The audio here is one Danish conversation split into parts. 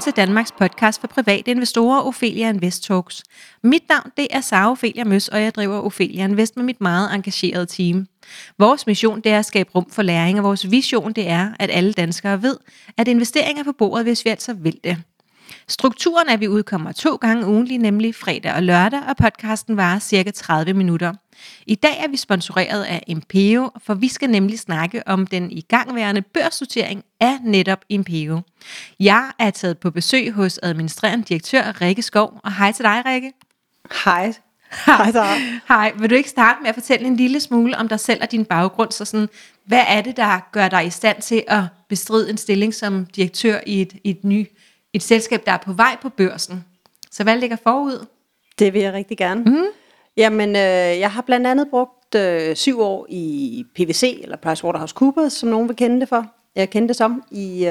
til Danmarks podcast for private investorer, Ophelia Invest Talks. Mit navn det er Sara Ophelia Møs, og jeg driver Ophelia Invest med mit meget engagerede team. Vores mission det er at skabe rum for læring, og vores vision det er, at alle danskere ved, at investeringer er på bordet, hvis vi altså vil det. Strukturen er, at vi udkommer 2 gange ugentlig, nemlig fredag og lørdag, og podcasten varer cirka 30 minutter. I dag er vi sponsoreret af Impero, for vi skal nemlig snakke om den igangværende børsnotering af netop Impero. Jeg er taget på besøg hos administrerende direktør Rikke Skov, og hej til dig, Rikke. Hej. Hej, Sara. Hej. Vil du ikke starte med at fortælle en lille smule om dig selv og din baggrund? Så sådan, hvad er det, der gør dig i stand til at bestride en stilling som direktør i et selskab, der er på vej på børsen? Så hvad ligger forud? Det vil jeg rigtig gerne. Mm-hmm. Jamen, jeg har blandt andet brugt 7 år i PwC, eller PricewaterhouseCoopers, som nogen vil kende det for. Jeg kender det som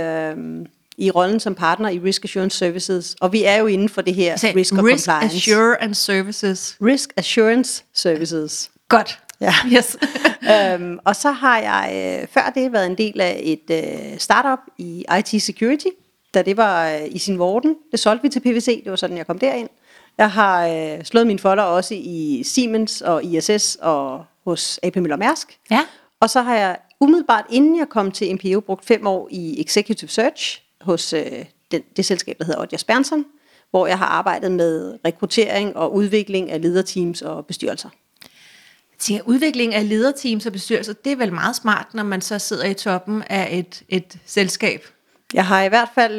i rollen som partner i Risk Assurance Services. Og vi er jo inden for det her risk og compliance. Risk Assurance Services. Risk Assurance Services. Godt. Ja. Yes. Og så har jeg før det været en del af et startup i IT Security, da det var i sin vorden. Det solgte vi til PwC, det var sådan, jeg kom derind. Jeg har slået mine folder også i Siemens og ISS og hos AP Møller Mærsk. Ja. Og så har jeg umiddelbart, inden jeg kom til MPO, brugt 5 år i Executive Search hos det selskab, der hedder Odgers Berndtson, hvor jeg har arbejdet med rekruttering og udvikling af lederteams og bestyrelser. Udvikling af lederteams og bestyrelser, det er vel meget smart, når man så sidder i toppen af et selskab. Jeg har i hvert fald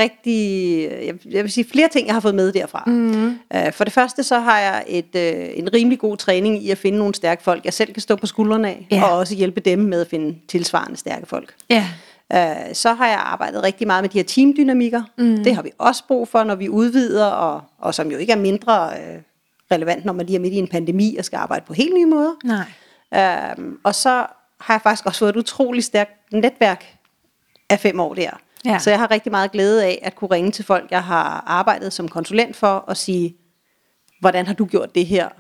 jeg vil sige flere ting, jeg har fået med derfra. Mm. For det første, så har jeg en rimelig god træning i at finde nogle stærke folk, jeg selv kan stå på skuldrene af, og også hjælpe dem med at finde tilsvarende stærke folk. Ja. Så har jeg arbejdet rigtig meget med de her teamdynamikker. Mm. Det har vi også brug for, når vi udvider, og som jo ikke er mindre relevant, når man lige er midt i en pandemi og skal arbejde på helt nye måder. Nej. Og så har jeg faktisk også fået et utroligt stærkt netværk af 5 år der. Ja. Så jeg har rigtig meget glæde af at kunne ringe til folk, jeg har arbejdet som konsulent for, og sige, hvordan har du gjort det her?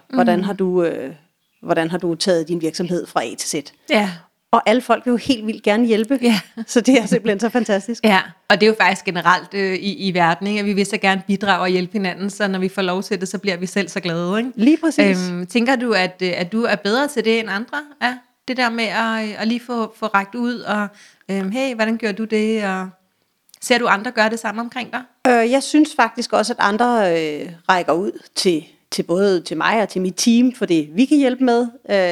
Hvordan har du taget din virksomhed fra A til Z? Ja. Og alle folk vil jo helt vildt gerne hjælpe. Ja. Så det er simpelthen så fantastisk. Ja, og det er jo faktisk generelt i verden, ikke? At vi vil så gerne bidrage og hjælpe hinanden, så når vi får lov til det, så bliver vi selv så glade. Ikke? Lige præcis. Tænker du, at du er bedre til det end andre? Ja, det der med at lige få rakt ud, og hey, hvordan gør du det? Og ser du andre gøre det samme omkring dig? Jeg synes faktisk også, at andre rækker ud til både til mig og til mit team, for det vi kan hjælpe med.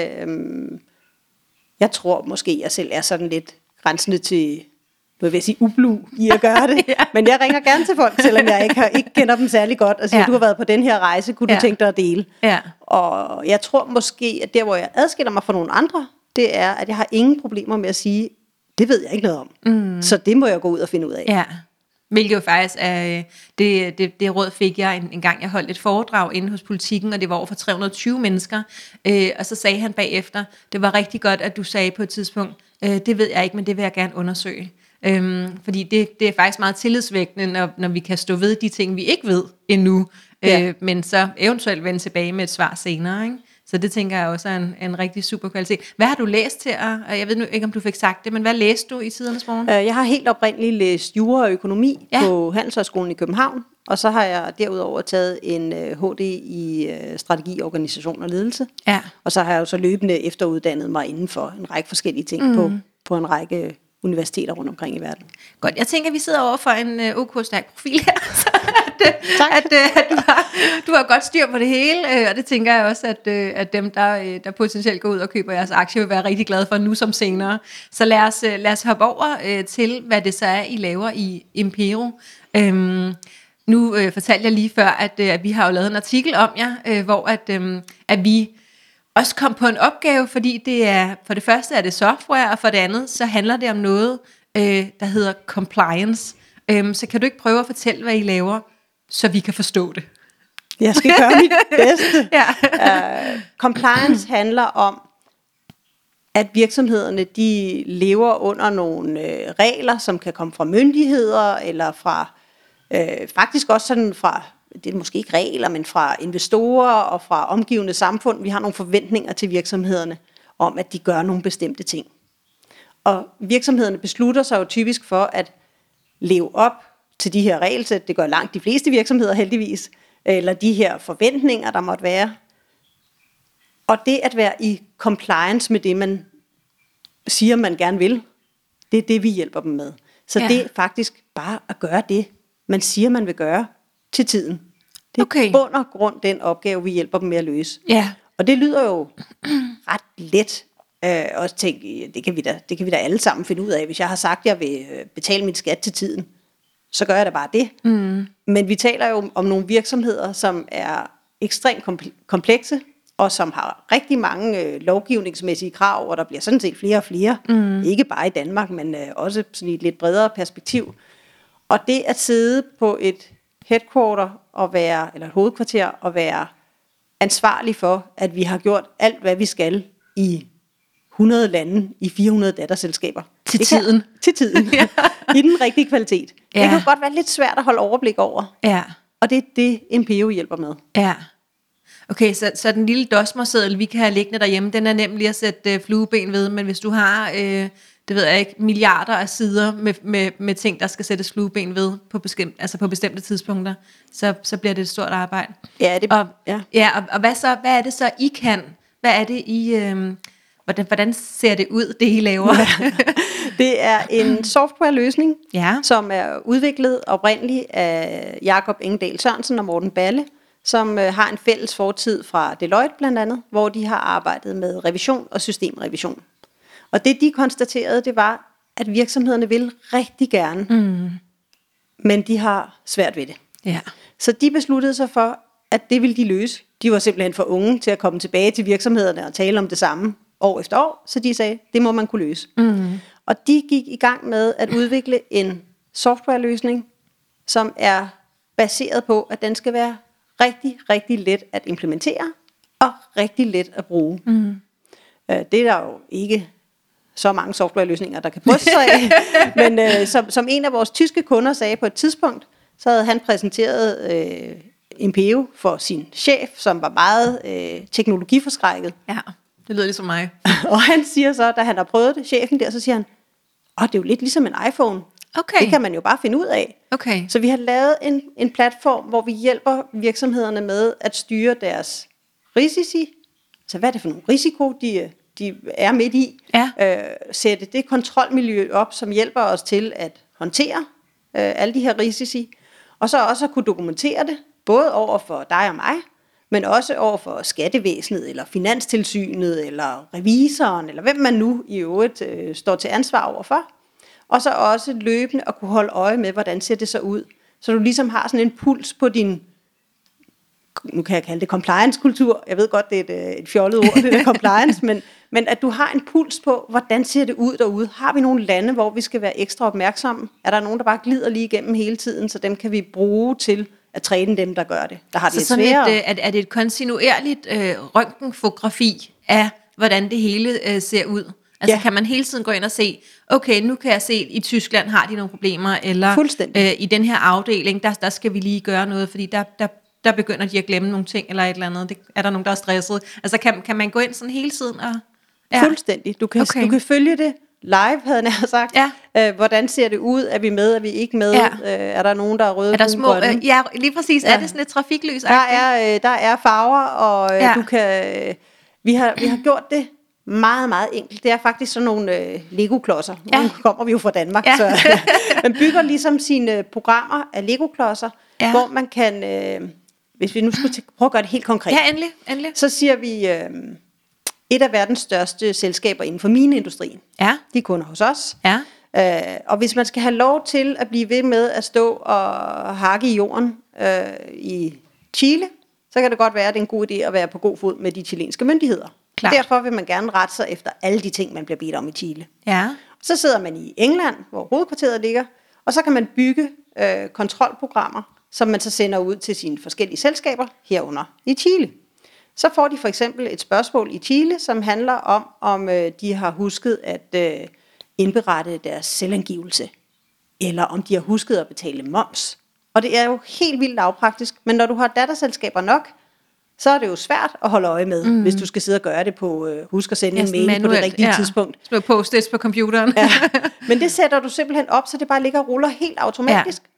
Jeg tror måske, jeg selv er sådan lidt grænsende til, hvad vil jeg sige, ublu i at gøre det. Ja. Men jeg ringer gerne til folk, selvom jeg ikke kender dem særlig godt, og siger, du har været på den her rejse, kunne du tænke dig at dele? Ja. Og jeg tror måske, at der, hvor jeg adskiller mig fra nogle andre, det er, at jeg har ingen problemer med at sige, det ved jeg ikke noget om. Mm. Så det må jeg gå ud og finde ud af. Ja. Hvilket jo faktisk er, det råd fik jeg en gang, jeg holdt et foredrag inde hos Politikken, og det var over for 320 mennesker, og så sagde han bagefter, det var rigtig godt, at du sagde på et tidspunkt, det ved jeg ikke, men det vil jeg gerne undersøge. Fordi det er faktisk meget tillidsvækkende, når vi kan stå ved de ting, vi ikke ved endnu, men så eventuelt vende tilbage med et svar senere, ikke? Så det tænker jeg også er en rigtig super kvalitet. Hvad har du læst til? Jeg ved nu ikke, om du fik sagt det, men hvad læste du i Tidernes Morgen? Jeg har helt oprindeligt læst jura og økonomi på Handelshøjskolen i København, og så har jeg derudover taget en HD i strategi, organisation og ledelse. Ja. Og så har jeg jo så løbende efteruddannet mig inden for en række forskellige ting på en række universiteter rundt omkring i verden. Godt, jeg tænker, at vi sidder over for en OK-stærk profil her, at du har godt styr på det hele, og det tænker jeg også, at dem, der potentielt går ud og køber jeres aktier, vil være rigtig glade for nu som senere. Så lad os hoppe over til, hvad det så er, I laver i Impero. Nu fortalte jeg lige før, at vi har jo lavet en artikel om jer, hvor at vi også kom på en opgave, fordi for det første er det software, og for det andet, så handler det om noget, der hedder compliance. Så kan du ikke prøve at fortælle, hvad I laver, så vi kan forstå det? Jeg skal gøre mit bedste. Compliance handler om, at virksomhederne de lever under nogle regler, som kan komme fra myndigheder, eller fra faktisk også sådan fra, det er måske ikke regler, men fra investorer og fra omgivende samfund. Vi har nogle forventninger til virksomhederne om, at de gør nogle bestemte ting. Og virksomhederne beslutter sig jo typisk for at leve op til de her regelsæt. Det gør langt de fleste virksomheder heldigvis. Eller de her forventninger, der måtte være. Og det at være i compliance med det, man siger, man gerne vil, det er det, vi hjælper dem med. Så det er faktisk bare at gøre det, man siger, man vil gøre til tiden. Det er bund og grund den opgave, vi hjælper dem med at løse. Ja. Og det lyder jo ret let. Og tænke, det kan vi da alle sammen finde ud af. Hvis jeg har sagt, at jeg vil betale min skat til tiden, så gør jeg da bare det. Men vi taler jo om nogle virksomheder, som er ekstremt komplekse, og som har rigtig mange lovgivningsmæssige krav, og der bliver sådan set flere og flere. Ikke bare i Danmark, men også sådan i et lidt bredere perspektiv. Og det at sidde på et headquarter eller et hovedkvarter og være ansvarlig for, at vi har gjort alt, hvad vi skal i 100 lande i 400 datterselskaber. Til tiden. Til tiden. I den rigtige kvalitet. Ja. Det kan godt være lidt svært at holde overblik over. Ja. Og det er det, MPO hjælper med. Ja. Okay, så den lille dosmerseddel, vi kan have liggende derhjemme, den er nemlig at sætte flueben ved, men hvis du har, det ved jeg ikke, milliarder af sider med ting, der skal sættes flueben ved på bestemte tidspunkter, så bliver det et stort arbejde. Ja, og hvad er det så, I kan? Hvad er det, I... Hvordan ser det ud, det I laver? Det er en softwareløsning, som er udviklet oprindeligt af Jakob Engdahl Sørensen og Morten Balle, som har en fælles fortid fra Deloitte blandt andet, hvor de har arbejdet med revision og systemrevision. Og det de konstaterede, det var, at virksomhederne vil rigtig gerne, men de har svært ved det. Ja. Så de besluttede sig for, at det ville de løse. De var simpelthen for unge til at komme tilbage til virksomhederne og tale om det samme år efter år, så de sagde, det må man kunne løse. Og de gik i gang med at udvikle en softwareløsning, som er baseret på, at den skal være rigtig, rigtig let at implementere, og rigtig let at bruge. Det er der jo ikke så mange softwareløsninger, der kan bryste sig af, men som en af vores tyske kunder sagde på et tidspunkt, så havde han præsenteret MPO for sin chef, som var meget teknologiforskrækket. Ja. Det lyder ligesom mig. Og han siger så, da han har prøvet det, chefen der, så siger han, det er jo lidt ligesom en iPhone. Okay. Det kan man jo bare finde ud af. Okay. Så vi har lavet en platform, hvor vi hjælper virksomhederne med at styre deres risici. Så hvad er det for nogle risiko, de er midt i? Ja. Sætte det kontrolmiljø op, som hjælper os til at håndtere alle de her risici. Og så også at kunne dokumentere det, både over for dig og mig, men også over for skattevæsenet, eller finanstilsynet, eller revisoren, eller hvem man nu i øvrigt står til ansvar overfor. Og så også løbende at kunne holde øje med, hvordan ser det så ud. Så du ligesom har sådan en puls på din, nu kan jeg kalde det compliance-kultur. Jeg ved godt, det er et fjollet ord, det der compliance, men at du har en puls på, hvordan ser det ud derude. Har vi nogle lande, hvor vi skal være ekstra opmærksomme? Er der nogen, der bare glider lige igennem hele tiden, så dem kan vi bruge til at træne dem, der gør det, der har det lidt sværere. Er det et kontinuerligt røntgenfotografi af, hvordan det hele ser ud? Altså kan man hele tiden gå ind og se, okay, nu kan jeg se, i Tyskland har de nogle problemer, eller i den her afdeling, der skal vi lige gøre noget, fordi der begynder de at glemme nogle ting, eller et eller andet. Er der nogen, der er stresset? Altså kan man gå ind sådan hele tiden? Og, Fuldstændig. Du kan følge det live, havde jeg sagt. Ja. Hvordan ser det ud? Er vi med? Er vi ikke med? Ja. Er der nogen, der er røde? Er der små? Ja, lige præcis. Ja. Er det sådan et trafiklys? Der er farver, og du kan... Vi har gjort det meget, meget enkelt. Det er faktisk sådan nogle Lego-klodser. Nu kommer vi jo fra Danmark, så man bygger ligesom sine programmer af Lego-klodser, hvor man kan... hvis vi nu skulle prøve at gøre det helt konkret. Ja, endelig. Så siger vi... et af verdens største selskaber inden for mineindustrien. Ja. De er kunder hos os. Ja. Og hvis man skal have lov til at blive ved med at stå og hakke i jorden i Chile, så kan det godt være, at det er en god idé at være på god fod med de chilenske myndigheder. Klart. Derfor vil man gerne rette sig efter alle de ting, man bliver bedt om i Chile. Ja. Så sidder man i England, hvor hovedkvarteret ligger, og så kan man bygge kontrolprogrammer, som man så sender ud til sine forskellige selskaber herunder i Chile. Så får de for eksempel et spørgsmål i Chile, som handler om de har husket at indberette deres selvangivelse, eller om de har husket at betale moms. Og det er jo helt vildt lavpraktisk, men når du har datterselskaber nok, så er det jo svært at holde øje med, hvis du skal sidde og gøre det på husk at sende en mail manuelt, på det rigtige tidspunkt. Slå post-its på computeren. Men det sætter du simpelthen op, så det bare ligger og ruller helt automatisk.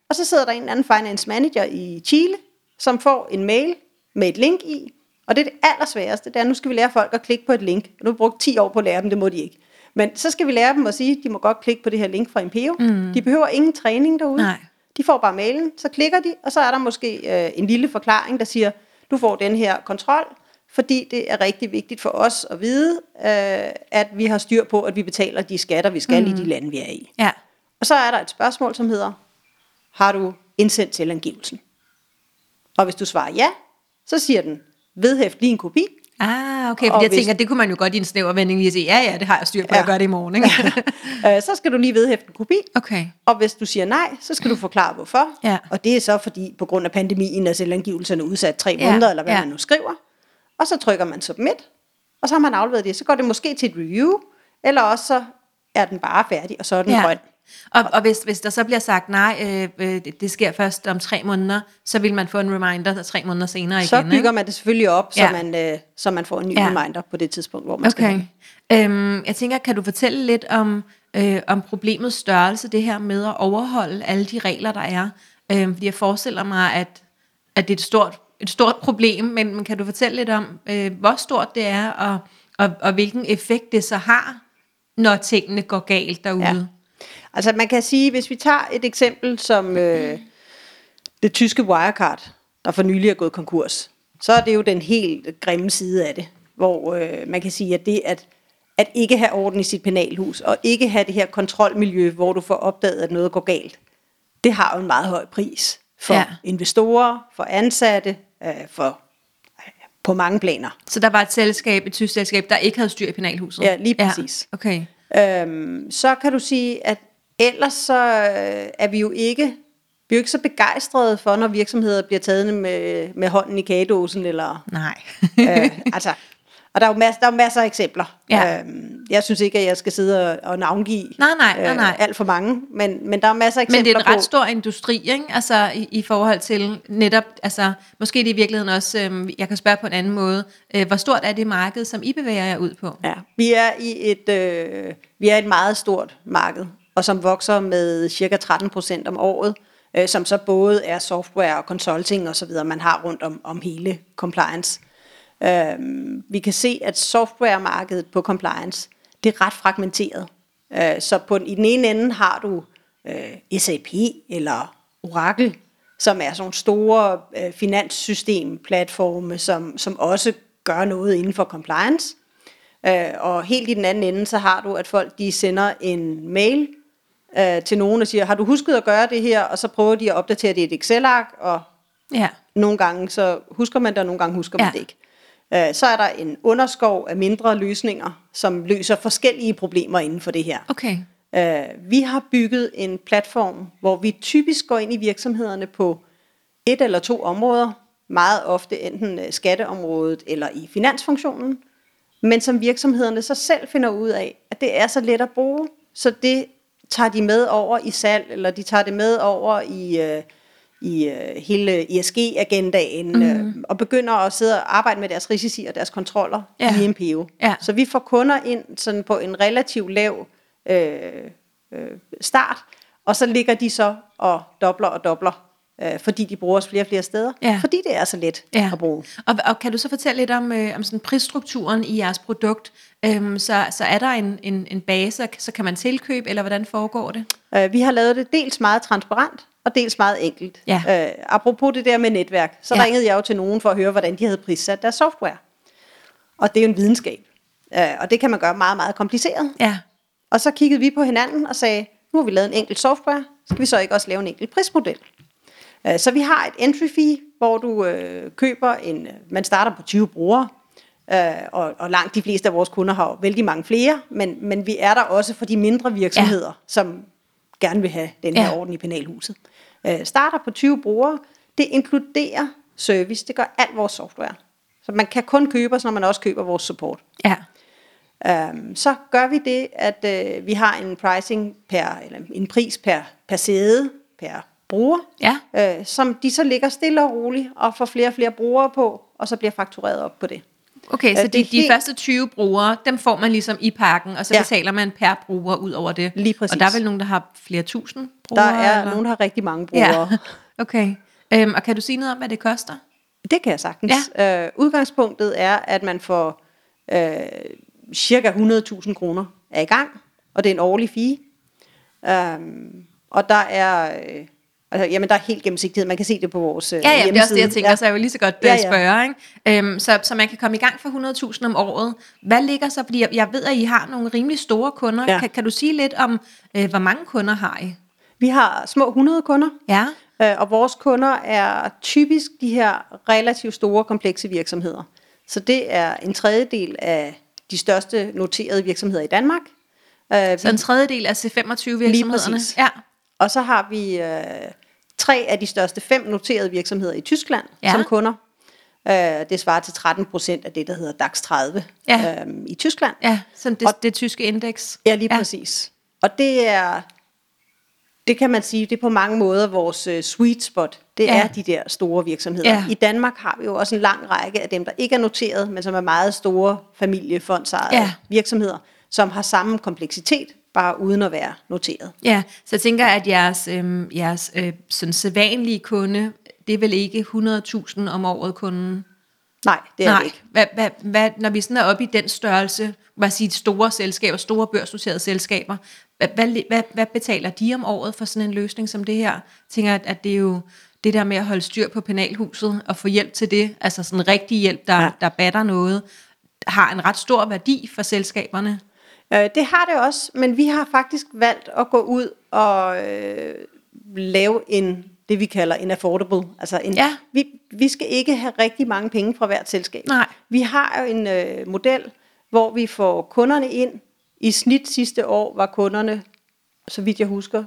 og så sidder der en eller anden finance manager i Chile, som får en mail med et link i, og det er det allersværeste, det er, nu skal vi lære folk at klikke på et link. Nu har vi brugt 10 år på at lære dem, det må de ikke. Men så skal vi lære dem at sige, at de må godt klikke på det her link fra Impero. De behøver ingen træning derude. Nej. De får bare mailen, så klikker de, og så er der måske en lille forklaring, der siger, du får den her kontrol, fordi det er rigtig vigtigt for os at vide, at vi har styr på, at vi betaler de skatter, vi skal i de lande, vi er i. Ja. Og så er der et spørgsmål, som hedder, har du indsendt selvangivelsen? Og hvis du svarer ja, så siger den, vedhæft lige en kopi. Okay, fordi jeg tænker, det kunne man jo godt i en snæver vending lige sige, ja, det har jeg styr på, jeg gør det i morgen. Ikke? Så skal du lige vedhæfte en kopi. Okay. Og hvis du siger nej, så skal du forklare hvorfor. Ja. Og det er så fordi, på grund af pandemien er selvangivelserne udsat 3 måneder, eller hvad man nu skriver. Og så trykker man submit, og så har man afleveret det. Så går det måske til et review, eller også så er den bare færdig, og så er den grøn. Og hvis der så bliver sagt, nej, det sker først om 3 måneder, så vil man få en reminder 3 måneder senere igen. Så bygger man det selvfølgelig op, så man får en ny reminder på det tidspunkt, hvor man skal have. Jeg tænker, kan du fortælle lidt om problemets størrelse, det her med at overholde alle de regler, der er? Fordi jeg forestiller mig, at det er et stort problem, men kan du fortælle lidt om, hvor stort det er, og hvilken effekt det så har, når tingene går galt derude? Ja. Altså man kan sige, hvis vi tager et eksempel som det tyske Wirecard, der for nylig er gået konkurs, så er det jo den helt grimme side af det, hvor man kan sige, at det at ikke have orden i sit penalhus, og ikke have det her kontrolmiljø, hvor du får opdaget, at noget går galt, det har jo en meget høj pris for investorer, for ansatte, på mange planer. Så der var et tysk selskab, der ikke havde styr i penalhuset? Ja, lige præcis. Ja. Okay. Så kan du sige, at ellers så er vi jo ikke så begejstrede for, når virksomheder bliver taget med hånden i kagedåsen. Eller, nej. Og der er jo masser af eksempler. Ja. Jeg synes ikke, at jeg skal sidde og navngive nej. alt for mange, men der er masser af eksempler på. Men det er en ret stor industri, ikke? Altså i forhold til netop, altså måske det i virkeligheden også, jeg kan spørge på en anden måde, hvor stort er det marked, som I bevæger jer ud på? Ja, vi er et meget stort marked, og som vokser med cirka 13% om året, som så både er software og consulting og så videre, man har rundt om hele compliance. Vi kan se, at softwaremarkedet på compliance, det er ret fragmenteret. Så i den ene ende har du SAP eller Oracle, som er sådan nogle store finanssystemplatforme, som også gør noget inden for compliance. Og helt i den anden ende, så har du, at folk de sender en mail til nogen og siger, har du husket at gøre det her? Og så prøver de at opdatere det i et Excel-ark, og nogle gange så husker man det, og nogle gange husker man det ikke. Så er der en underskov af mindre løsninger, som løser forskellige problemer inden for det her. Okay. Vi har bygget en platform, hvor vi typisk går ind i virksomhederne på 1 eller 2 områder, meget ofte enten skatteområdet eller i finansfunktionen, men som virksomhederne så selv finder ud af, at det er så let at bruge, så det tager de med over i salg, eller de tager det med over i hele ESG-agendaen, og begynder at sidde og arbejde med deres risici og deres kontroller i MPO. Ja. Så vi får kunder ind sådan på en relativt lav start, og så ligger de så og dobler, fordi de bruger os flere og flere steder, fordi det er så let at bruge. Og kan du så fortælle lidt om sådan prisstrukturen i jeres produkt? Så er der en base, så kan man tilkøbe, eller hvordan foregår det? Vi har lavet det dels meget transparent, og dels meget enkelt. Apropos det der med netværk, så ringede jeg jo til nogen for at høre, hvordan de havde prissat deres software. Og det er jo en videnskab. Og det kan man gøre meget, meget kompliceret. Ja. Og så kiggede vi på hinanden og sagde, nu har vi lavet en enkelt software, skal vi så ikke også lave en enkelt prismodel? Så vi har et entry fee, hvor du køber man starter på 20 brugere, og langt de fleste af vores kunder har vældig mange flere, men vi er der også for de mindre virksomheder, som gerne vil have den her orden i penalhuset. Starter på 20 brugere, det inkluderer service, det gør alt vores software. Så man kan kun købe os, når man også køber vores support. Ja. Så gør vi det, at vi har en pricing eller en pris per sæde, per bruger, som de så ligger stille og roligt og får flere og flere brugere på, og så bliver faktureret op på det. Okay, så de første 20 brugere, dem får man ligesom i pakken, og så betaler man per bruger ud over det. Lige præcis. Og der er vel nogen, der har flere tusind brugere? Der er nogen, der har rigtig mange brugere. Ja. Okay. Og kan du sige noget om, hvad det koster? Det kan jeg sagtens. Ja. Udgangspunktet er, at man får cirka 100.000 kroner af i gang, og det er en årlig fee. Og der er... jamen, der er helt gennemsigtighed. Man kan se det på vores hjemmeside. Det er også det, jeg tænker, så jeg vil lige så godt spørge. Ikke? Så man kan komme i gang for 100.000 om året. Hvad ligger så? Fordi jeg ved, at I har nogle rimelig store kunder. Ja. Kan du sige lidt om, hvor mange kunder har I? Vi har små 100 kunder. Ja. Og vores kunder er typisk de her relativt store, komplekse virksomheder. Så det er en tredjedel af de største noterede virksomheder i Danmark. Så en tredjedel af C25 virksomhederne? Ja. Og så har vi 3 af de største 5 noterede virksomheder i Tyskland som kunder. Det svarer til 13% af det, der hedder DAX 30 i Tyskland. Ja, som det tyske indeks. Ja, lige præcis. Og det kan man sige, det er på mange måder vores sweet spot. Det er de der store virksomheder. Ja. I Danmark har vi jo også en lang række af dem, der ikke er noteret, men som er meget store familiefondsejede virksomheder, som har samme kompleksitet, bare uden at være noteret. Ja, så jeg tænker, at jeres sådan sædvanlige kunde, det er vel ikke 100.000 om året kunden? Nej, det er det ikke. Hvad, når vi sådan er oppe i den størrelse, store selskaber, store børsnoterede selskaber, hvad betaler de om året for sådan en løsning som det her? Jeg tænker, at det er jo det der med at holde styr på penalhuset og få hjælp til det, altså sådan rigtig hjælp, der batter noget, har en ret stor værdi for selskaberne. Det har det også, men vi har faktisk valgt at gå ud og lave det vi kalder en affordable. Altså vi skal ikke have rigtig mange penge fra hvert selskab. Nej. Vi har jo en model, hvor vi får kunderne ind. I snit sidste år var kunderne, så vidt jeg husker,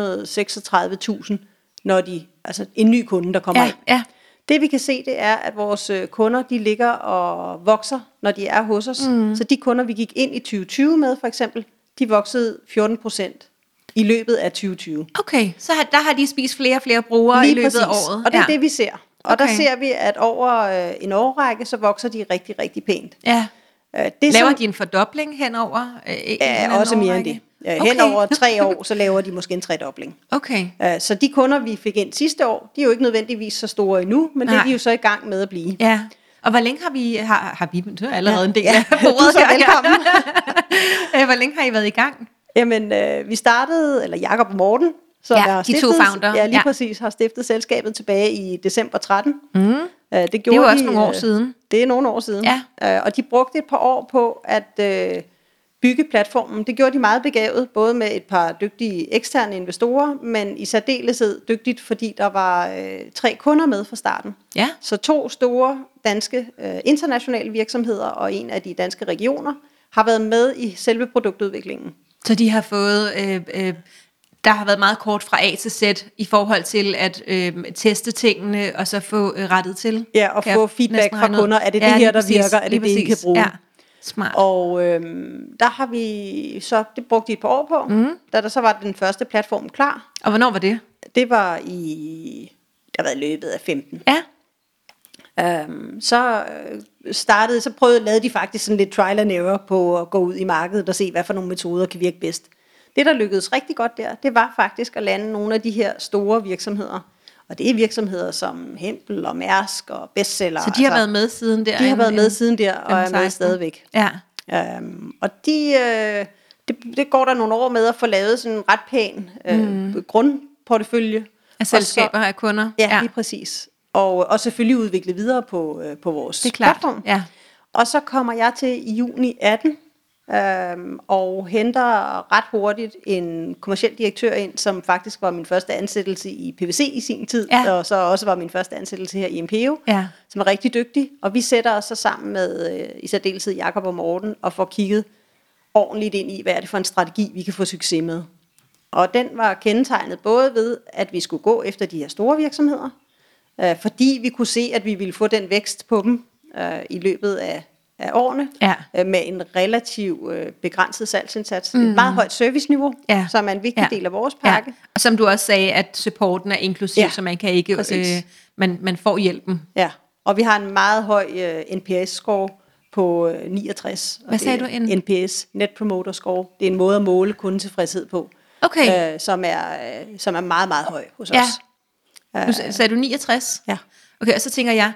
136.000, altså en ny kunde, der kommer ind. Ja. Det vi kan se, det er, at vores kunder, de ligger og vokser, når de er hos os. Så de kunder, vi gik ind i 2020 med, for eksempel, de voksede 14% i løbet af 2020. Okay, så der har de spist flere og flere brugere lige i løbet af året. Og det er det, vi ser. Og der ser vi, at over en årrække, så vokser de rigtig, rigtig pænt. Ja. Laver de en fordobling henover? Også mere end det. Hen over 3 år, så laver de måske en tredobling. Okay. Så de kunder, vi fik ind sidste år, de er jo ikke nødvendigvis så store endnu, men det er de jo så i gang med at blive. Ja. Og hvor længe har vi du er allerede en del af bordet. Du er så velkommen. Hvor længe har I været i gang? Jamen, vi startede, eller Jakob og Morten, som de stiftet, 2 founder. Ja, lige præcis, har stiftet selskabet tilbage i december 13. Det er jo også nogle år siden. Det er nogle år siden. Ja. Og de brugte et par år på at bygge platformen. Det gjorde de meget begavet, både med et par dygtige eksterne investorer, men i særdeleshed dygtigt, fordi der var 3 kunder med fra starten. Ja. Så 2 store danske internationale virksomheder og en af de danske regioner har været med i selve produktudviklingen. Så de har fået... der har været meget kort fra A til Z i forhold til at teste tingene og så få rettet til. Ja, og få feedback fra kunder. Er det det her, der virker? Er det det, I kan bruge? Ja. Smart. Og der har vi så, det brugte de et par år på, da der så var den første platform klar. Og hvornår var det? Det var i løbet af 15. Ja. Lavede de faktisk sådan lidt trial and error på at gå ud i markedet og se, hvad for nogle metoder kan virke bedst. Det, der lykkedes rigtig godt der, det var faktisk at lande nogle af de her store virksomheder. Og det er virksomheder som Hempel og Mærsk og Bestseller. Så de har været med siden der? De har været med siden der og er med stadigvæk. Ja. Og det går der nogle år med at få lavet sådan en ret pæn grundportefølje. Af selskaber af kunder. Ja, lige præcis. Og selvfølgelig udvikle videre på vores platform. Ja. Og så kommer jeg til i juni 18 og henter ret hurtigt en kommerciel direktør ind, som faktisk var min første ansættelse i PwC i sin tid, og så også var min første ansættelse her i Impero, som er rigtig dygtig. Og vi sætter os så sammen med i særdeleshed Jakob og Morten og får kigget ordentligt ind i, hvad er det for en strategi, vi kan få succes med. Og den var kendetegnet både ved, at vi skulle gå efter de her store virksomheder, fordi vi kunne se, at vi ville få den vækst på dem i løbet af årene, med en relativt begrænset salgsindsats. Et meget højt serviceniveau, som er en vigtig del af vores pakke. Ja. Og som du også sagde, at supporten er inklusiv, så man kan ikke man får hjælpen. Ja, og vi har en meget høj NPS-score på 69. Hvad sagde du? NPS, Net Promoter Score. Det er en måde at måle kundetilfredshed på, som er meget, meget høj hos os. Nu sagde du 69? Ja. Okay, og så tænker jeg,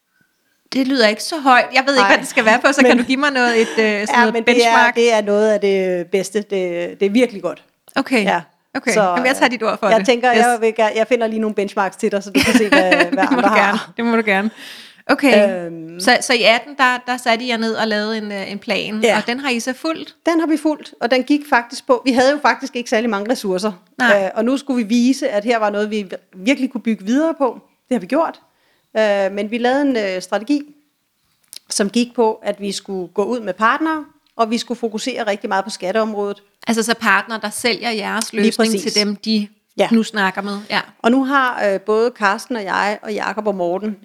det lyder ikke så højt. Jeg ved ikke, hvad det skal være på, så kan du give mig noget, noget benchmark? Det er noget af det bedste. Det er virkelig godt. Okay. Ja. Okay, så, jamen, jeg tager dit ord for det. Jeg tænker, jeg finder lige nogle benchmarks til dig, så du kan se, hvad andre har. Det må du gerne. Okay, så i 18, der satte I jer ned og lavede en plan, og den har I så fulgt? Den har vi fulgt, og den gik faktisk på, vi havde jo faktisk ikke særlig mange ressourcer, og nu skulle vi vise, at her var noget, vi virkelig kunne bygge videre på. Det har vi gjort, men vi lavede en strategi, som gik på, at vi skulle gå ud med partnere, og vi skulle fokusere rigtig meget på skatteområdet. Altså så partner, der sælger jeres løsning til dem, de nu snakker med. Ja. Og nu har både Carsten og jeg og Jakob og Morten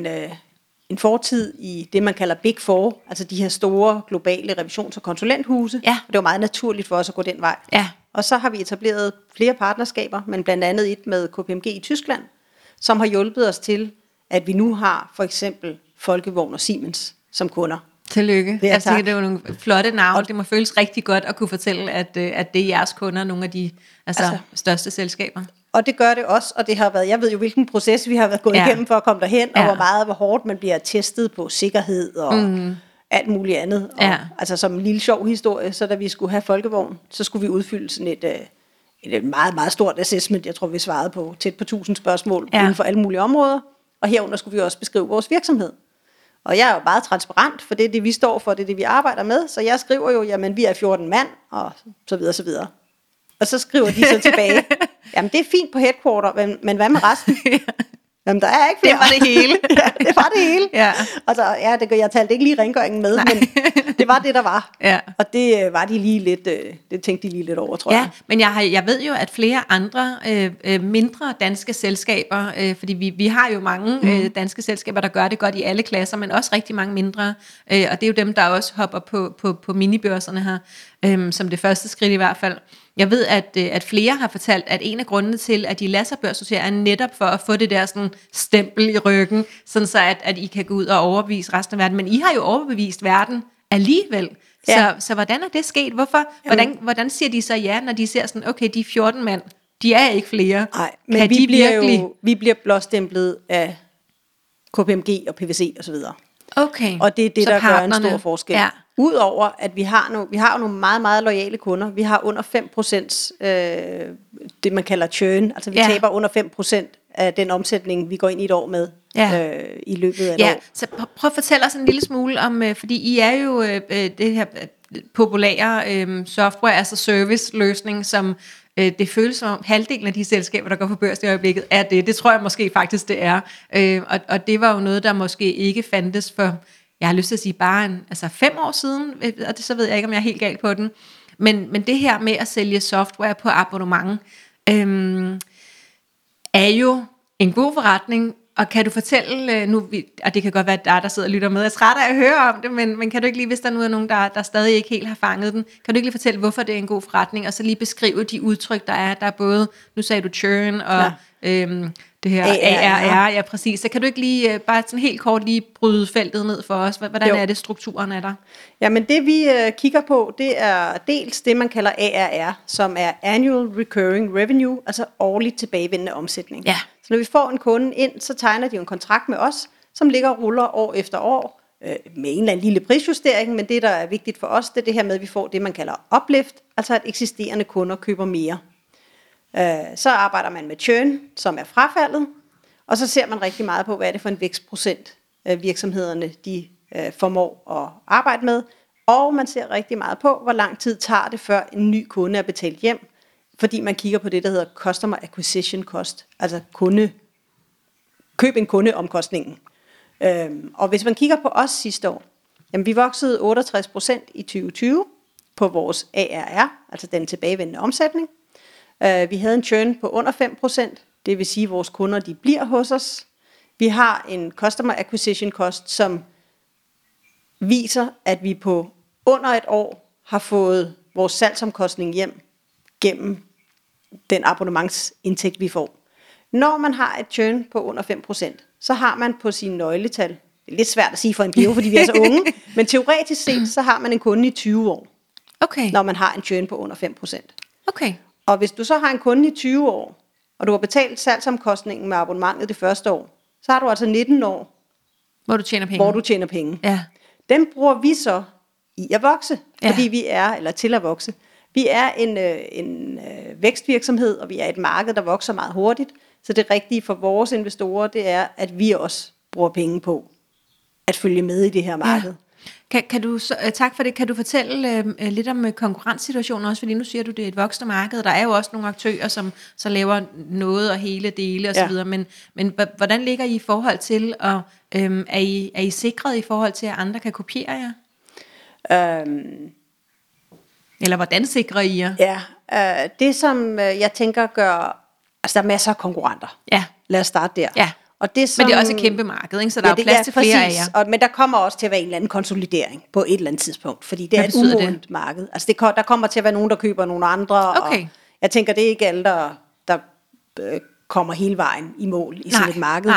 en fortid i det, man kalder Big Four, altså de her store globale revisions- og konsulenthuse. Ja. Det var meget naturligt for os at gå den vej. Ja. Og så har vi etableret flere partnerskaber, men blandt andet et med KPMG i Tyskland, som har hjulpet os til, at vi nu har for eksempel Folkevogn og Siemens som kunder. Tillykke. Jeg tænker, det er jo nogle flotte navne. Det må føles rigtig godt at kunne fortælle, at det er jeres kunder, nogle af de største selskaber. Og det gør det også, og det har været, jeg ved jo, hvilken proces vi har været gået igennem for at komme derhen, og hvor hårdt man bliver testet på sikkerhed og alt muligt andet. Og, altså som en lille sjov historie, så da vi skulle have Folkevogn, så skulle vi udfylde sådan et meget, meget stort assessment. Jeg tror, vi svarede på tæt på 1000 spørgsmål inden for alle mulige områder. Og herunder skulle vi også beskrive vores virksomhed. Og jeg er jo meget transparent, for det er det, vi står for, det er det, vi arbejder med. Så jeg skriver jo, jamen vi er 14 mand, og så videre, så videre. Og så skriver de så tilbage, jamen det er fint på headquarter, men hvad med resten? Jamen der er ikke flere. Det var det hele. Ja, det var det hele. Ja. Og så, jeg talte ikke lige rengøringen med, men det var det, der var. Ja. Og det var de lige lidt, det tænkte de lige lidt over, tror jeg. Men jeg ved jo, at flere andre mindre danske selskaber, fordi vi har jo mange danske selskaber, der gør det godt i alle klasser, men også rigtig mange mindre. Og det er jo dem, der også hopper på minibørserne her, som det første skridt i hvert fald. Jeg ved, at flere har fortalt, at en af grundene til, at de lader sig børsnotere, er netop for at få det der sådan stempel i ryggen, sådan så at I kan gå ud og overbevise resten af verden. Men I har jo overbevist verden alligevel. Ja. Så hvordan er det sket? Hvorfor? Hvordan siger de så ja, når de ser sådan, okay, de er 14 mand, de er ikke flere. Nej, men vi bliver blåstemplet af KPMG og PwC og så videre. Okay. Og det er det, så der gør en stor forskel. Ja. Udover at vi har nogle meget, meget loyale kunder. Vi har under 5% det, man kalder churn. Altså vi taber under 5% af den omsætning, vi går ind i et år med i løbet af et år. Så prøv at fortælle os en lille smule om, fordi I er jo det her populære software as a service løsning, som det føles som halvdelen af de selskaber, der går på børs i øjeblikket, er det. Det tror jeg måske faktisk, det er. Og det var jo noget, der måske ikke fandtes for, jeg har lyst til at sige, bare 5 år siden, og det, så ved jeg ikke, om jeg er helt galt på den. Men det her med at sælge software på abonnement, er jo en god forretning. Og kan du fortælle nu, og det kan godt være der sidder og lytter med, jeg er træt af at høre om det, men kan du ikke lige, hvis der nu er nogen, der stadig ikke helt har fanget den, kan du ikke lige fortælle, hvorfor det er en god forretning, og så lige beskrive de udtryk, der er både, nu sagde du churn, og det her ARR, ja præcis, så kan du ikke lige, bare sådan helt kort lige bryde feltet ned for os, hvordan er det, strukturen er der? Jamen det vi kigger på, det er dels det, man kalder ARR, som er Annual Recurring Revenue, altså årligt tilbagevendende omsætning. Ja. Så når vi får en kunde ind, så tegner de en kontrakt med os, som ligger og ruller år efter år, med en eller anden lille prisjustering, men det, der er vigtigt for os, det er det her med, at vi får det, man kalder uplift, altså at eksisterende kunder køber mere. Så arbejder man med churn, som er frafaldet, og så ser man rigtig meget på, hvad er det for en vækstprocent virksomhederne de formår at arbejde med, og man ser rigtig meget på, hvor lang tid tager det, før en ny kunde er betalt hjem, fordi man kigger på det, der hedder Customer Acquisition Cost, altså køb en kundeomkostningen. Og hvis man kigger på os sidste år, jamen vi voksede 68% i 2020 på vores ARR, altså den tilbagevendende omsætning. Vi havde en churn på under 5%, det vil sige, at vores kunder de bliver hos os. Vi har en Customer Acquisition Cost, som viser, at vi på under et år har fået vores salgsomkostning hjem gennem den abonnementsindtægt, vi får. Når man har et churn på under 5%, så har man på sine nøgletal det er lidt svært at sige for en bio, fordi vi er så unge, men teoretisk set, så har man en kunde i 20 år, når man har en churn på under 5%. Okay. Og hvis du så har en kunde i 20 år, og du har betalt salgsomkostningen med abonnementet det første år, så har du altså 19 år, hvor du tjener penge. Ja. Dem bruger vi så i at vokse, fordi vi er, eller til at vokse. Vi er en vækstvirksomhed, og vi er et marked, der vokser meget hurtigt. Så det rigtige for vores investorer, det er, at vi også bruger penge på at følge med i det her marked. Kan du tak for det. Kan du fortælle lidt om konkurrencesituationen også? Fordi nu siger du, det er et voksende marked. Der er jo også nogle aktører, som så laver noget og hele dele osv. Men hvordan ligger I forhold til, og er I sikret i forhold til, at andre kan kopiere jer? Eller hvordan sikrer I jer? Ja, det som jeg tænker gør... Altså, der er masser af konkurrenter. Ja. Lad os starte der. Ja. Og det, som, men det er også et kæmpe marked, ikke? Så der er jo plads til flere af jer. Men der kommer også til at være en eller anden konsolidering på et eller andet tidspunkt, fordi det er et umodent marked. Altså der kommer til at være nogen, der køber nogle andre, og jeg tænker, det er ikke alle, der kommer hele vejen i mål i sådan et marked.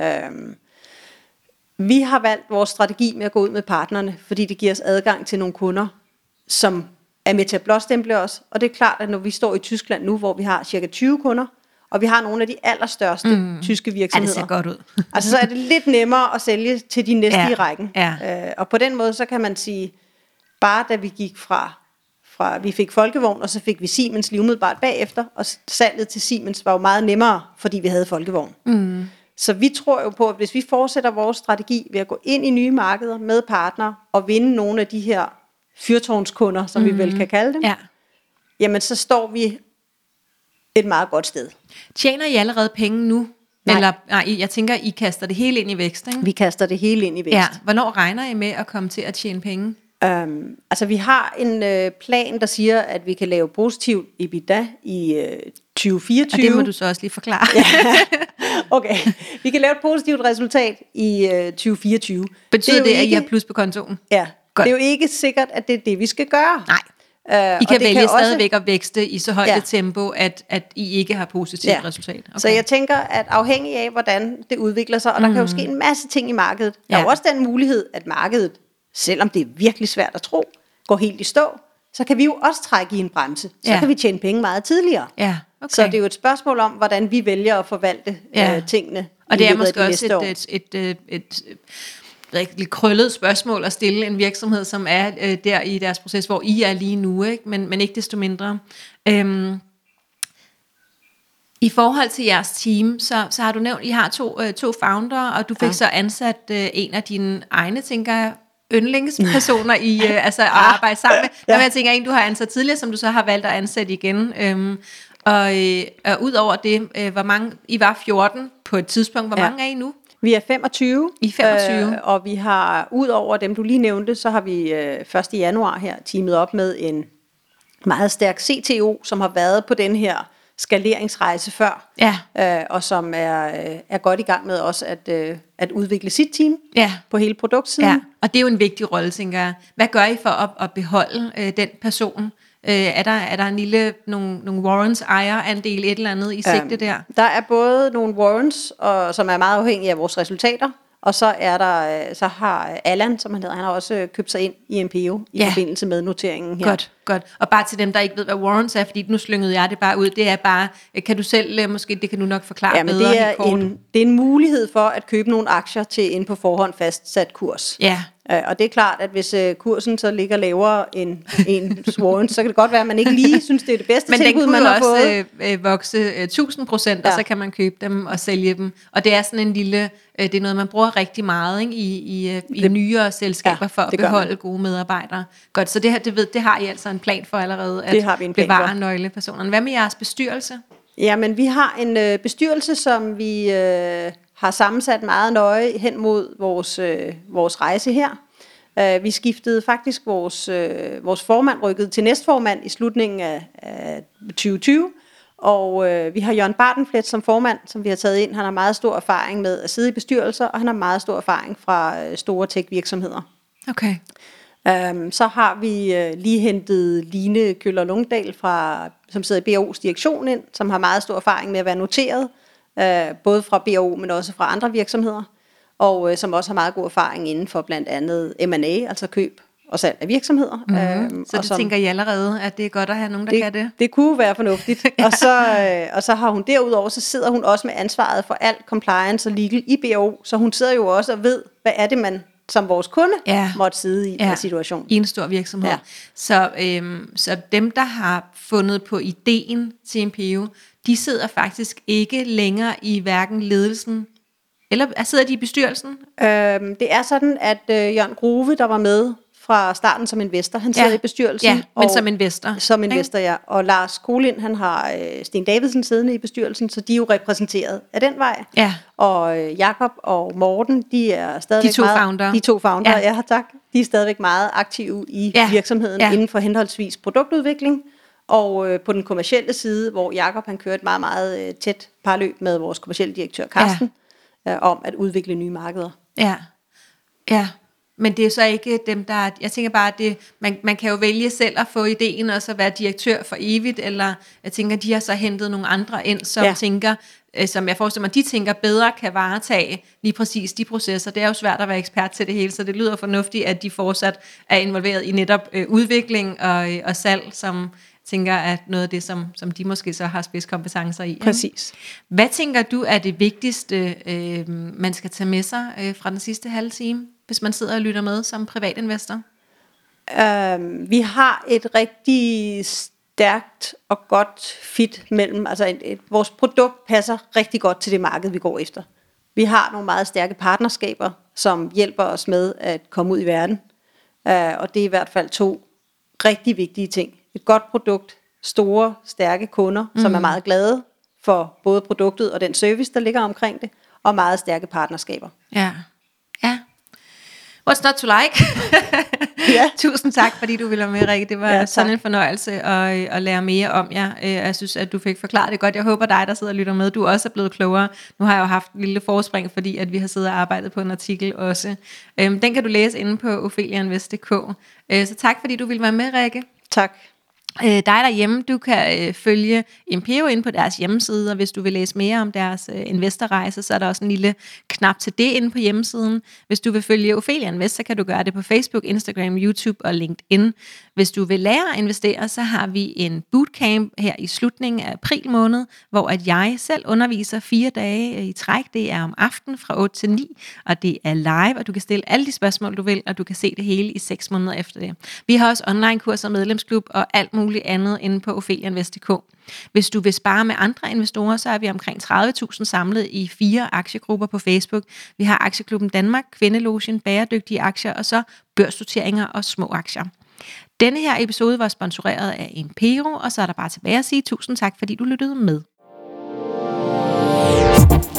Vi har valgt vores strategi med at gå ud med partnerne, fordi det giver os adgang til nogle kunder, som er med til at blåstemple os, og det er klart, at når vi står i Tyskland nu, hvor vi har cirka 20 kunder, og vi har nogle af de allerstørste tyske virksomheder. Ja, det ser godt ud. Altså så er det lidt nemmere at sælge til de næste i rækken. Og på den måde, så kan man sige, bare da vi gik fra vi fik Folkevogn, og så fik vi Siemens lige umiddelbart bagefter, og salget til Siemens var jo meget nemmere, fordi vi havde Folkevogn. Så vi tror jo på, at hvis vi fortsætter vores strategi ved at gå ind i nye markeder med partnere, og vinde nogle af de her fyrtårnskunder, som vi vel kan kalde dem, jamen så står vi et meget godt sted. Tjener I allerede penge nu? Nej. Eller, jeg tænker, I kaster det hele ind i vækst, ikke? Vi kaster det hele ind i vækst. Ja. Hvornår regner I med at komme til at tjene penge? Altså vi har en plan, der siger, at vi kan lave positivt EBITDA i 2024. Og det må du så også lige forklare. Okay, vi kan lave et positivt resultat i 2024. Betyder det, at I har plus på kontoen? Ja, godt. Det er jo ikke sikkert, at det er det, vi skal gøre. Nej. I kan vælge stadigvæk at vækste i så højt et tempo, at I ikke har positivt resultat. Okay. Så jeg tænker, at afhængig af, hvordan det udvikler sig, og der kan jo ske en masse ting i markedet. Der er jo også den mulighed, at markedet, selvom det er virkelig svært at tro, går helt i stå, så kan vi jo også trække i en bremse. Så kan vi tjene penge meget tidligere. Ja, okay. Så det er jo et spørgsmål om, hvordan vi vælger at forvalte tingene. Og det er måske også et rigtig krøllet spørgsmål at stille en virksomhed, som er der i deres proces, hvor I er lige nu, ikke? Men ikke desto mindre. I forhold til jeres team, så har du nævnt, I har to founder, og du fik så ansat en af dine egne, tænker jeg, yndlingspersoner i at arbejde sammen med. Der jeg tænker, en du har ansat tidligere, som du så har valgt at ansætte igen. Og ud over det, hvor mange, I var 14 på et tidspunkt, hvor mange er I nu? Vi er 25. I 25. Og vi har, ud over dem du lige nævnte, så har vi 1. januar her teamet op med en meget stærk CTO, som har været på den her skaleringsrejse før, og som er godt i gang med også at udvikle sit team på hele produktsiden. Ja. Og det er jo en vigtig rolle, tænker jeg. Hvad gør I for at beholde den person? Er der en lille, nogle warrants ejerandel, et eller andet i sigte der? Der er både nogle warrants, som er meget afhængige af vores resultater, og så har Allan, som han hedder, han har også købt sig ind i MPO i forbindelse med noteringen her. Godt. Og bare til dem, der ikke ved, hvad warrants er, fordi nu slyngede jeg det bare ud, det er bare, kan du selv, måske det kan du nok forklare bedre helt kort. Det er en mulighed for at købe nogle aktier til en på forhånd fastsat kurs. Ja. Og det er klart, at hvis kursen så ligger lavere end en warrant, så kan det godt være, at man ikke lige synes, det er det bedste tilbud, man har fået. Men den kunne også vokse 1000%, og så kan man købe dem og sælge dem. Og det er sådan en lille, det er noget, man bruger rigtig meget, ikke, i nyere selskaber for at beholde gode medarbejdere. Godt, så det har I altså en plan for allerede, at bevare nøglepersonerne. Hvad med jeres bestyrelse? Jamen, vi har en bestyrelse, som vi har sammensat meget nøje hen mod vores rejse her. Vi skiftede faktisk vores formand, rykkede til næstformand i slutningen af 2020, og vi har Jørgen Bartenflet som formand, som vi har taget ind. Han har meget stor erfaring med at sidde i bestyrelser, og han har meget stor erfaring fra store tech-virksomheder. Okay. Så har vi lige hentet Line Køller Lungdal, som sidder i BAO's direktion ind, som har meget stor erfaring med at være noteret, både fra BAO, men også fra andre virksomheder. og som også har meget god erfaring inden for blandt andet M&A, altså køb og salg af virksomheder. Så det tænker I allerede, at det er godt at have nogen, der kan det? Det kunne være fornuftigt. Ja. Og så har hun derudover, så sidder hun også med ansvaret for alt compliance og legal i BO, så hun sidder jo også og ved, hvad er det, man som vores kunde måtte sidde i en situation. I en stor virksomhed. Ja. Så dem, der har fundet på ideen til MPO, de sidder faktisk ikke længere i hverken ledelsen, eller sidder de i bestyrelsen? Det er sådan, at Jørgen Grove, der var med fra starten som investor, han sidder i bestyrelsen. Ja, men som investor. Som investor, ja. Og Lars Kolind, han har Sten Davidsen siddende i bestyrelsen, så de er jo repræsenteret af den vej. Ja. Og Jakob og Morten, de er stadigvæk De to founder, ja tak. De er stadigvæk meget aktive i virksomheden inden for henholdsvis produktudvikling, og på den kommercielle side, hvor Jakob han kører et meget, meget tæt parløb med vores kommercielle direktør Carsten, om at udvikle nye markeder. Ja. Men det er så ikke dem, der... Jeg tænker bare, at man kan jo vælge selv at få ideen og så være direktør for evigt, eller jeg tænker, de har så hentet nogle andre ind, som tænker, som jeg forestiller mig, de tænker bedre kan varetage lige præcis de processer. Det er jo svært at være ekspert til det hele, så det lyder fornuftigt, at de fortsat er involveret i netop udvikling og salg, som tænker, at noget af det, som de måske så har spidskompetencer i. Præcis. Hvad tænker du er det vigtigste, man skal tage med sig fra den sidste halve time, hvis man sidder og lytter med som privatinvestor? Vi har et rigtig stærkt og godt fit mellem, altså vores produkt passer rigtig godt til det marked, vi går efter. Vi har nogle meget stærke partnerskaber, som hjælper os med at komme ud i verden, og det er i hvert fald 2 rigtig vigtige ting. Et godt produkt, store, stærke kunder, som er meget glade for både produktet og den service, der ligger omkring det, og meget stærke partnerskaber. Ja. What's not to like? Tusind tak, fordi du ville være med, Rikke. Det var sådan en fornøjelse at lære mere om jer. Jeg synes, at du fik forklaret det godt. Jeg håber dig, der sidder og lytter med, du også er blevet klogere. Nu har jeg jo haft et lille forspring, fordi at vi har siddet og arbejdet på en artikel også. Den kan du læse inde på opheliainvest.dk. Så tak, fordi du ville være med, Rikke. Tak. Dig derhjemme, du kan følge MPO inde på deres hjemmeside, og hvis du vil læse mere om deres investorrejse, så er der også en lille knap til det inde på hjemmesiden. Hvis du vil følge Ophelia Invest, så kan du gøre det på Facebook, Instagram, YouTube og LinkedIn. Hvis du vil lære at investere, så har vi en bootcamp her i slutningen af april måned, hvor at jeg selv underviser 4 dage i træk. Det er om aftenen fra 8 til 9, og det er live, og du kan stille alle de spørgsmål, du vil, og du kan se det hele i 6 måneder efter det. Vi har også online-kurser, medlemsklub og alt muligt andet inde på opheliainvest.dk. Hvis du vil spare med andre investorer, så er vi omkring 30.000 samlet i 4 aktiegrupper på Facebook. Vi har Aktieklubben Danmark, Kvindelogen, Bæredygtige Aktier og så børsnoteringer og små aktier. Denne her episode var sponsoreret af Impero, og så er der bare tilbage at sige tusind tak, fordi du lyttede med.